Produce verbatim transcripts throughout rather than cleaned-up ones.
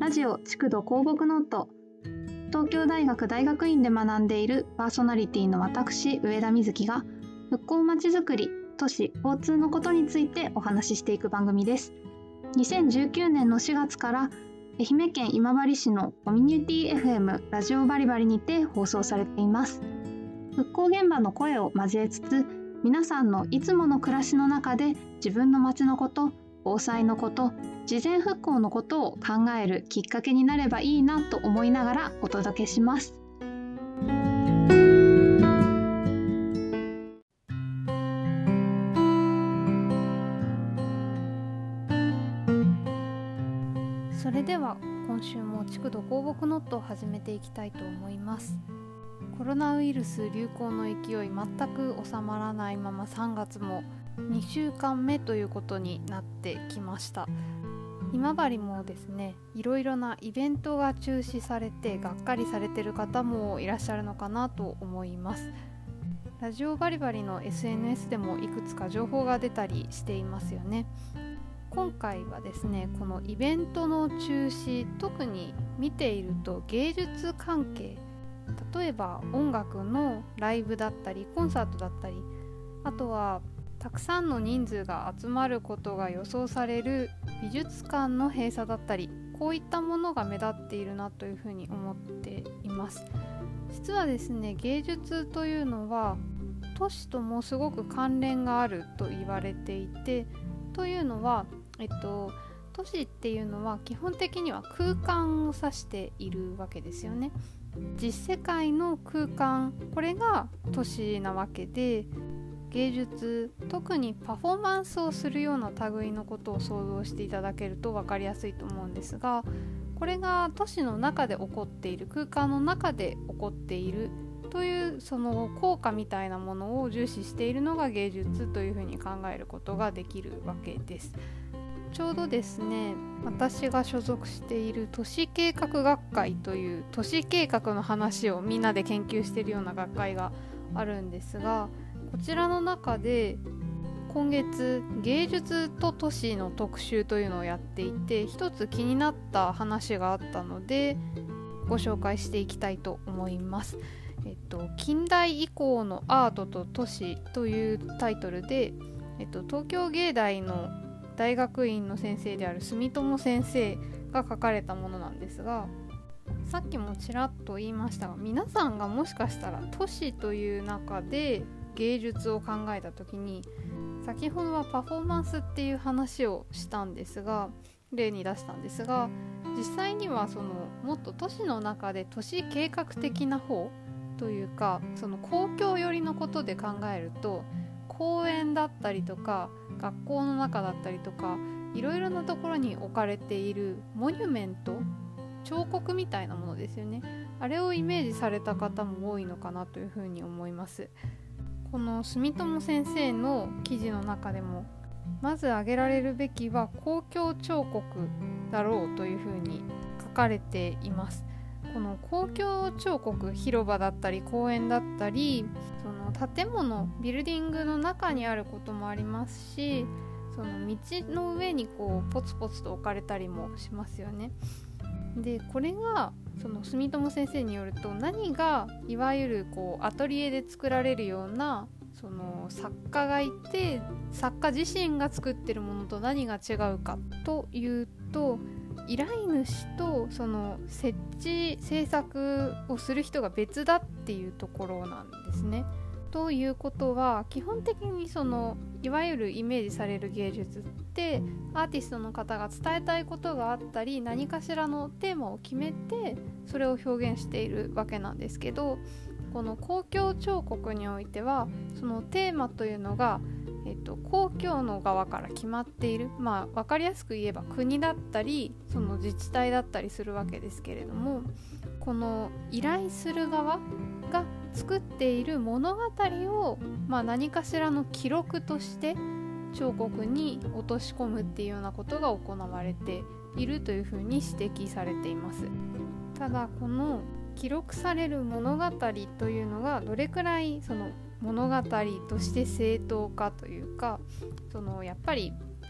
ラジオ築土鉱木ノート。東京大学大学院で学んでいるパーソナリティの私上田瑞希が復興まちづくり、都市、交通のことについてお話ししていく番組です。にせんじゅうきゅうねんのしがつから愛媛県今治市のコミュニティ エフエム ラジオバリバリにて放送されています。復興現場の声を交えつつ、皆さんのいつもの暮らしの中で自分の街のこと、防災のこと、事前復興のことを考えるきっかけになればいいなと思いながらお届けします。それでは今週も築土鉱木ノットを始めていきたいと思います。コロナウイルス流行の勢い全く収まらないままさんがつもにしゅうかんめということになってきました。今治もですね、いろいろなイベントが中止されてがっかりされている方もいらっしゃるのかなと思います。ラジオバリバリの エスエヌエス でもいくつか情報が出たりしていますよね。今回はですね、このイベントの中止、特に見ていると芸術関係、例えば音楽のライブだったりコンサートだったり、あとはたくさんの人数が集まることが予想される美術館の閉鎖だったり、こういったものが目立っているなというふうに思っています。実はですね、芸術というのは都市ともすごく関連があると言われていて、というのは、えっと、都市っていうのは基本的には空間を指しているわけですよね。実世界の空間、これが都市なわけで、芸術、特にパフォーマンスをするような類のことを想像していただけると分かりやすいと思うんですが、これが都市の中で起こっている、空間の中で起こっているというその効果みたいなものを重視しているのが芸術というふうに考えることができるわけです。ちょうどですね、私が所属している都市計画学会という都市計画の話をみんなで研究しているような学会があるんですが、こちらの中で今月芸術と都市の特集というのをやっていて、一つ気になった話があったのでご紹介していきたいと思います。えっと、近代以降のアートと都市というタイトルで、えっと、東京芸大の大学院の先生である住友先生が書かれたものなんですが、さっきもちらっと言いましたが、皆さんがもしかしたら都市という中で芸術を考えた時に、先ほどはパフォーマンスっていう話をしたんですが、例に出したんですが、実際にはそのもっと都市の中で都市計画的な方というか、その公共寄りのことで考えると、公園だったりとか学校の中だったりとか、いろいろなところに置かれているモニュメント、彫刻みたいなものですよね。あれをイメージされた方も多いのかなというふうに思います。この住友先生の記事の中でも、まず挙げられるべきは公共彫刻だろうというふうに書かれています。この公共彫刻、広場だったり公園だったり、その建物、ビルディングの中にあることもありますし、その道の上にこうポツポツと置かれたりもしますよね。で、これがその住友先生によると、何がいわゆるこうアトリエで作られるようなその作家がいて、作家自身が作ってるものと何が違うかというと、依頼主とその設置制作をする人が別だっていうところなんですね。ということは、基本的にそのいわゆるイメージされる芸術ってアーティストの方が伝えたいことがあったり、何かしらのテーマを決めてそれを表現しているわけなんですけど、この公共彫刻においてはそのテーマというのが、えっと、公共の側から決まっている、まあ分かりやすく言えば国だったりその自治体だったりするわけですけれども、この依頼する側が作っている物語を、まあ、何かしらの記録として彫刻に落とし込むっていうようなことが行われているというふうに指摘されています。ただ、この記録される物語というのがどれくらいその物語として正当かというか、そのやっぱり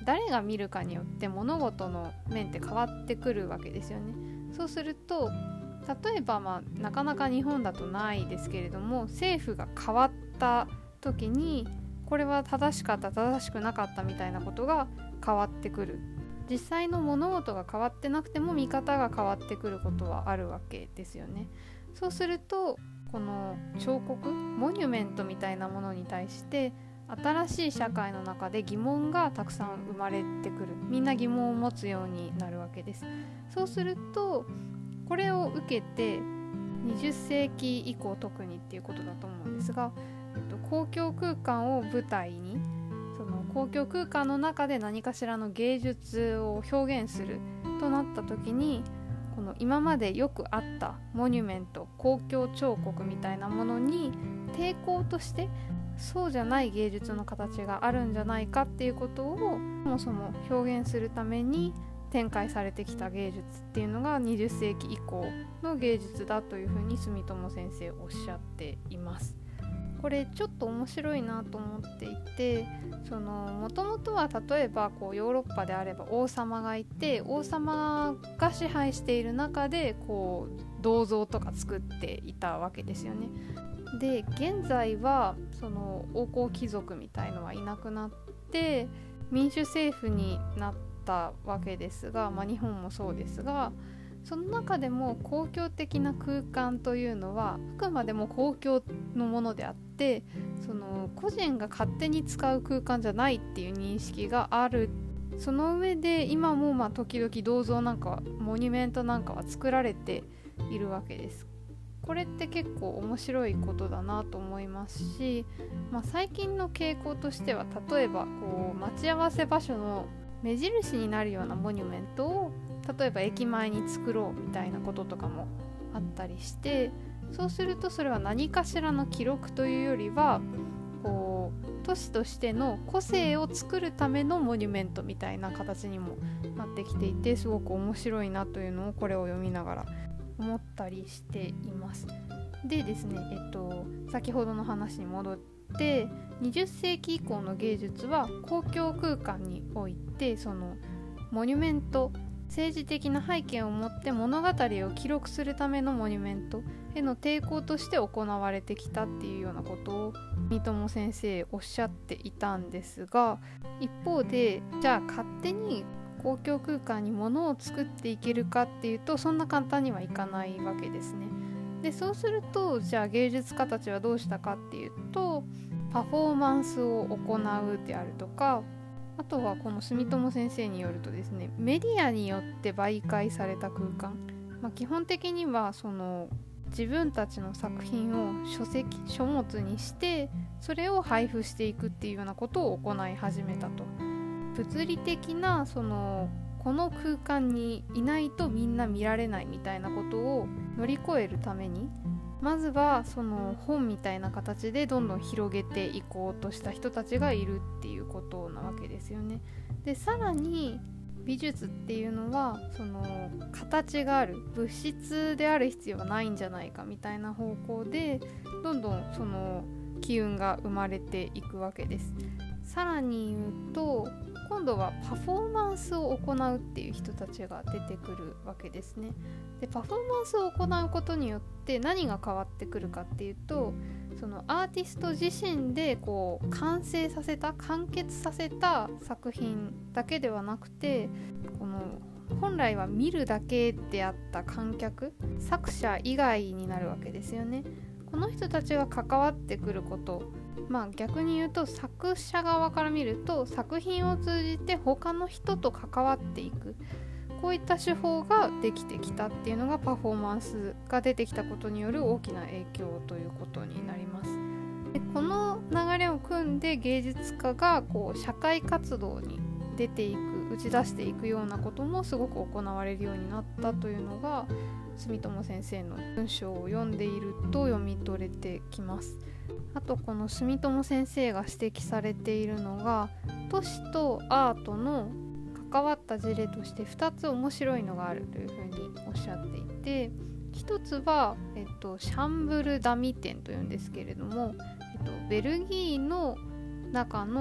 誰が見るかによって物事の面って変わってくるわけですよね。そうすると例えば、まあ、なかなか日本だとないですけれども、政府が変わった時にこれは正しかった正しくなかったみたいなことが変わってくる。実際の物事が変わってなくても見方が変わってくることはあるわけですよね。そうするとこの彫刻モニュメントみたいなものに対して新しい社会の中で疑問がたくさん生まれてくる。みんな疑問を持つようになるわけです。そうするとこれを受けてにじゅっせいき以降特にっていうことだと思うんですが、えっと、公共空間を舞台にその公共空間の中で何かしらの芸術を表現するとなった時に、この今までよくあったモニュメント公共彫刻みたいなものに抵抗としてそうじゃない芸術の形があるんじゃないかっていうことをそもそも表現するために展開されてきた芸術っていうのがにじゅっせいき以降の芸術だというふうに住友先生おっしゃっています。これちょっと面白いなと思っていて、そのもともとは例えばこうヨーロッパであれば王様がいて、王様が支配している中でこう銅像とか作っていたわけですよね。で現在はその王侯貴族みたいのはいなくなって民主政府になったわけですが、まあ、日本もそうですが、その中でも公共的な空間というのはあくまでも公共のものであって、その個人が勝手に使う空間じゃないっていう認識がある。その上で今もまあ時々銅像なんかモニュメントなんかは作られているわけです。これって結構面白いことだなと思いますし、まあ、最近の傾向としては例えばこう待ち合わせ場所の目印になるようなモニュメントを例えば駅前に作ろうみたいなこととかもあったりして、そうするとそれは何かしらの記録というよりはこう都市としての個性を作るためのモニュメントみたいな形にもなってきていて、すごく面白いなというのをこれを読みながら思ったりしています。でですね、えっと先ほどの話に戻ってにじゅっせいき以降の芸術は公共空間においてそのモニュメント、政治的な背景を持って物語を記録するためのモニュメントへの抵抗として行われてきたっていうようなことを三友先生おっしゃっていたんですが、一方でじゃあ勝手に公共空間に物を作っていけるかっていうとそんな簡単にはいかないわけですね。でそうするとじゃあ芸術家たちはどうしたかっていうとパフォーマンスを行うであるとか、あとはこの住友先生によるとですね、メディアによって媒介された空間、まあ、基本的にはその自分たちの作品を書籍書物にしてそれを配布していくっていうようなことを行い始めたと。物理的なそのこの空間にいないとみんな見られないみたいなことを乗り越えるためにまずはその本みたいな形でどんどん広げていこうとした人たちがいるっていうことなわけですよね。でさらに美術っていうのはその形がある物質である必要はないんじゃないかみたいな方向でどんどんその機運が生まれていくわけです。さらに言うと今度はパフォーマンスを行うっていう人たちが出てくるわけですね。でパフォーマンスを行うことによって何が変わってくるかっていうと、そのアーティスト自身でこう完成させた完結させた作品だけではなくて、この本来は見るだけであった観客作者以外になるわけですよね。この人たちが関わってくること、まあ逆に言うと作者側から見ると作品を通じて他の人と関わっていく、こういった手法ができてきたっていうのがパフォーマンスが出てきたことによる大きな影響ということになります。でこの流れを組んで芸術家がこう社会活動に出ていく打ち出していくようなこともすごく行われるようになったというのが住友先生の文章を読んでいると読み取れてきます。あとこの住友先生が指摘されているのが都市とアートの関わった事例としてふたつ面白いのがあるというふうにおっしゃっていて、ひとつは、えっと、シャンブルダミ展というんですけれども、えっと、ベルギーの中の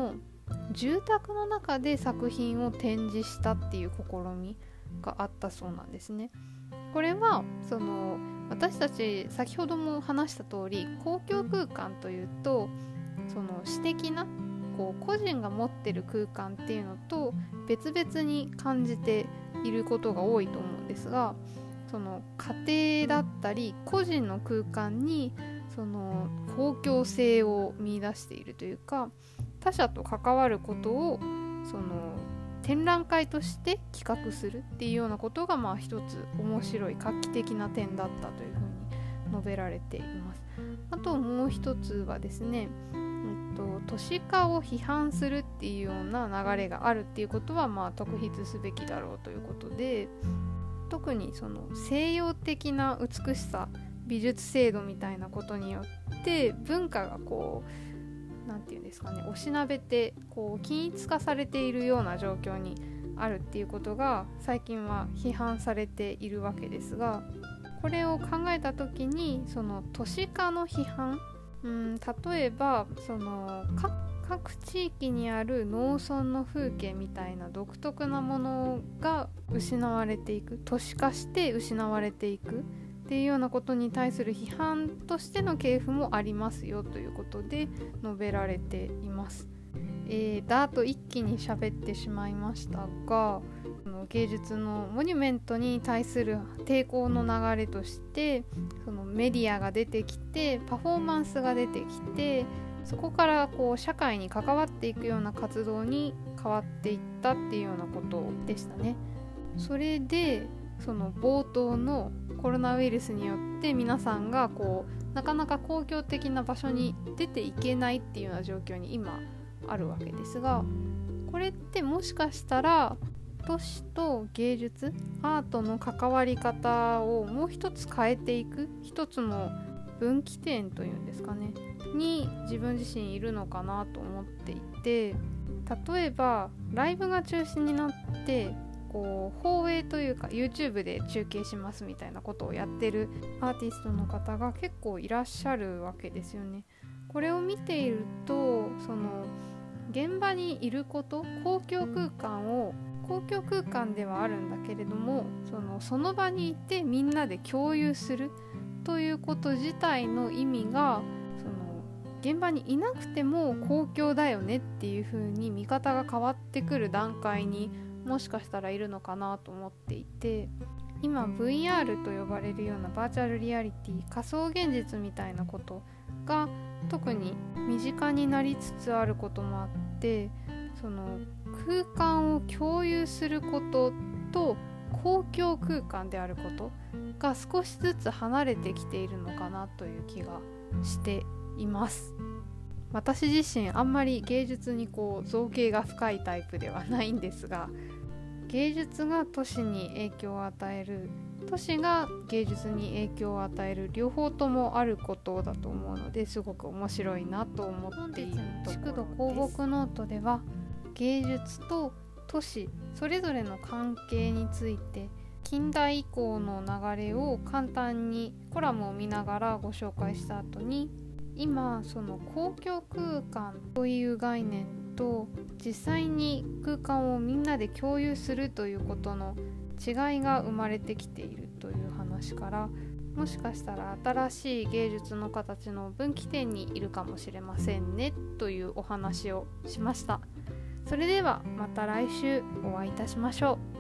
住宅の中で作品を展示したっていう試みがあったそうなんですね。これはその私たち先ほども話した通り、公共空間というとその私的なこう個人が持ってる空間っていうのと別々に感じていることが多いと思うんですが、その家庭だったり個人の空間にその公共性を見出しているというか、他者と関わることをその展覧会として企画するっていうようなことがまあ一つ面白い画期的な点だったというふうに述べられています。あともう一つはですね、えっと、都市化を批判するっていうような流れがあるっていうことはまあ特筆すべきだろうということで、特にその西洋的な美しさ、美術制度みたいなことによって文化がこうなんていうんですかね、おしなべてこう均一化されているような状況にあるっていうことが最近は批判されているわけですが、これを考えた時にその都市化の批判、うん、例えばその各各地域にある農村の風景みたいな独特なものが失われていく、都市化して失われていくっていうようなことに対する批判としての系譜もありますよということで述べられています。えー、だーと一気に喋ってしまいましたが、芸術のモニュメントに対する抵抗の流れとしてそのメディアが出てきてパフォーマンスが出てきて、そこからこう社会に関わっていくような活動に変わっていったっていうようなことでしたね。それでその冒頭のコロナウイルスによって皆さんがこうなかなか公共的な場所に出ていけないっていうような状況に今あるわけですが、これってもしかしたら都市と芸術、アートの関わり方をもう一つ変えていく一つの分岐点というんですかねに自分自身いるのかなと思っていて、例えばライブが中止になってこう放映というか YouTube で中継しますみたいなことをやってるアーティストの方が結構いらっしゃるわけですよね。これを見ているとその現場にいること、公共空間を公共空間ではあるんだけれどもそのその場にいてみんなで共有するということ自体の意味がその現場にいなくても公共だよねっていう風に見方が変わってくる段階にもしかしたらいるのかなと思っていて、今 ブイアール と呼ばれるようなバーチャルリアリティ、仮想現実みたいなことが特に身近になりつつあることもあって、その空間を共有することと公共空間であることが少しずつ離れてきているのかなという気がしています。私自身あんまり芸術にこう造詣が深いタイプではないんですが、芸術が都市に影響を与える、都市が芸術に影響を与える、両方ともあることだと思うので、すごく面白いなと思っているところです。築土鉱木ノートでは芸術と都市それぞれの関係について近代以降の流れを簡単にコラムを見ながらご紹介した後に、今その公共空間という概念と実際に空間をみんなで共有するということの違いが生まれてきているという話から、もしかしたら新しい芸術の形の分岐点にいるかもしれませんねというお話をしました。それではまた来週お会いいたしましょう。